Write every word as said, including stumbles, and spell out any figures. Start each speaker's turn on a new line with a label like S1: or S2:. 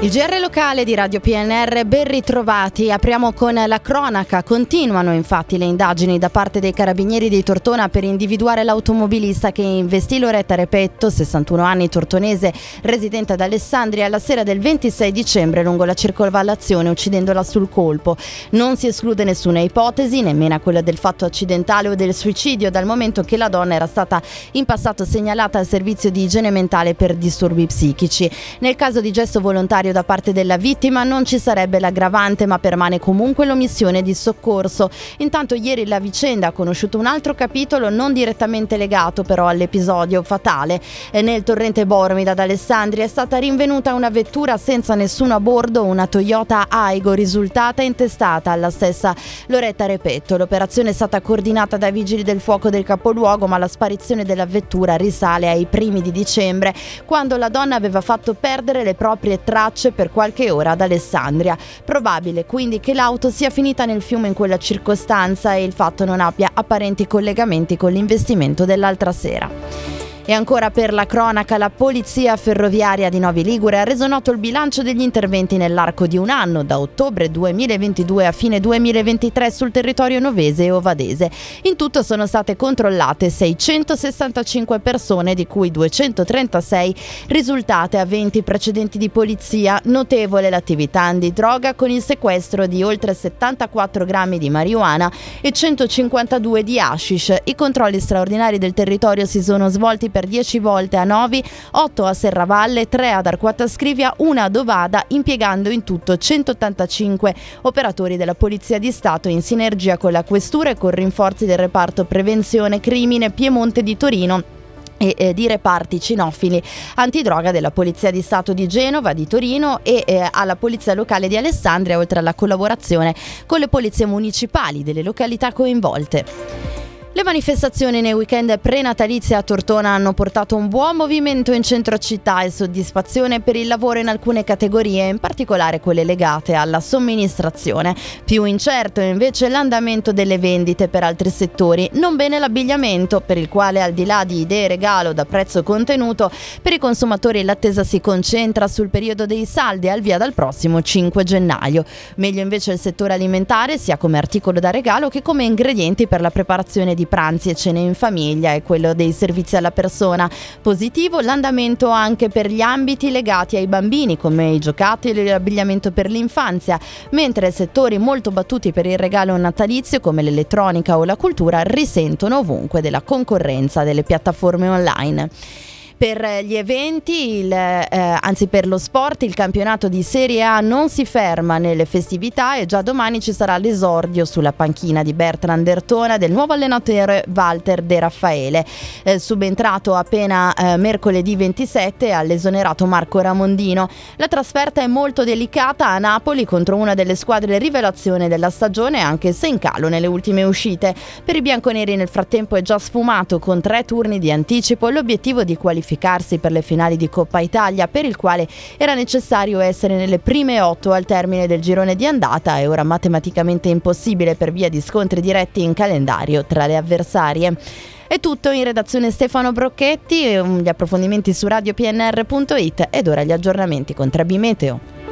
S1: Il G R locale di Radio P N R, ben ritrovati. Apriamo con la cronaca. Continuano infatti le indagini da parte dei carabinieri di Tortona per individuare l'automobilista che investì Loretta Repetto, sessantuno anni, tortonese, residente ad Alessandria, la sera del ventisei dicembre lungo la circonvallazione, uccidendola sul colpo. Non si esclude nessuna ipotesi, nemmeno quella del fatto accidentale o del suicidio, dal momento che la donna era stata in passato segnalata al servizio di igiene mentale per disturbi psichici. Nel caso di gesto volontario da parte della vittima non ci sarebbe l'aggravante, ma permane comunque l'omissione di soccorso. Intanto ieri la vicenda ha conosciuto un altro capitolo non direttamente legato però all'episodio fatale. E nel torrente Bormida ad Alessandria è stata rinvenuta una vettura senza nessuno a bordo, una Toyota Aygo, risultata intestata alla stessa Loretta Repetto. L'operazione è stata coordinata dai vigili del fuoco del capoluogo, ma la sparizione della vettura risale ai primi di dicembre, quando la donna aveva fatto perdere le proprie tracce per qualche ora ad Alessandria. Probabile quindi che l'auto sia finita nel fiume in quella circostanza e il fatto non abbia apparenti collegamenti con l'investimento dell'altra sera. E ancora per la cronaca, la Polizia Ferroviaria di Novi Ligure ha reso noto il bilancio degli interventi nell'arco di un anno, da ottobre duemilaventidue a fine duemilaventitré, sul territorio novese e ovadese. In tutto sono state controllate seicentosessantacinque persone, di cui duecentotrentasei risultate aventi precedenti di polizia. Notevole l'attività antidroga, con il sequestro di oltre settantaquattro grammi di marijuana e centocinquantadue di hashish. I controlli straordinari del territorio si sono svolti per dieci volte a Novi, otto a Serravalle, tre ad Arquata Scrivia, una ad Ovada, impiegando in tutto centottantacinque operatori della Polizia di Stato in sinergia con la Questura e con rinforzi del reparto Prevenzione Crimine Piemonte di Torino e eh, di reparti cinofili antidroga della Polizia di Stato di Genova, di Torino e eh, alla Polizia Locale di Alessandria, oltre alla collaborazione con le polizie municipali delle località coinvolte. Le manifestazioni nei weekend prenatalizi a Tortona hanno portato un buon movimento in centro città e soddisfazione per il lavoro in alcune categorie, in particolare quelle legate alla somministrazione. Più incerto è invece l'andamento delle vendite per altri settori. Non bene l'abbigliamento, per il quale, al di là di idee regalo da prezzo contenuto, per i consumatori l'attesa si concentra sul periodo dei saldi al via dal prossimo cinque gennaio. Meglio invece il settore alimentare, sia come articolo da regalo che come ingredienti per la preparazione di pranzi e cene in famiglia, e quello dei servizi alla persona. Positivo l'andamento anche per gli ambiti legati ai bambini, come i giocattoli e l'abbigliamento per l'infanzia, mentre settori molto battuti per il regalo natalizio, come l'elettronica o la cultura, risentono ovunque della concorrenza delle piattaforme online. Per gli eventi, il, eh, anzi per lo sport, il campionato di Serie A non si ferma nelle festività e già domani ci sarà l'esordio sulla panchina di Bertrand Ertona del nuovo allenatore Walter De Raffaele, eh, subentrato appena eh, mercoledì ventisette all'esonerato Marco Ramondino. La trasferta è molto delicata a Napoli contro una delle squadre rivelazione della stagione, anche se in calo nelle ultime uscite. Per i bianconeri nel frattempo è già sfumato con tre turni di anticipo l'obiettivo di qualificarsi per le finali di Coppa Italia, per il quale era necessario essere nelle prime otto al termine del girone di andata, e ora matematicamente impossibile per via di scontri diretti in calendario tra le avversarie. È tutto. In redazione Stefano Brocchetti, gli approfondimenti su radio p n r punto it ed ora gli aggiornamenti con tre B Meteo.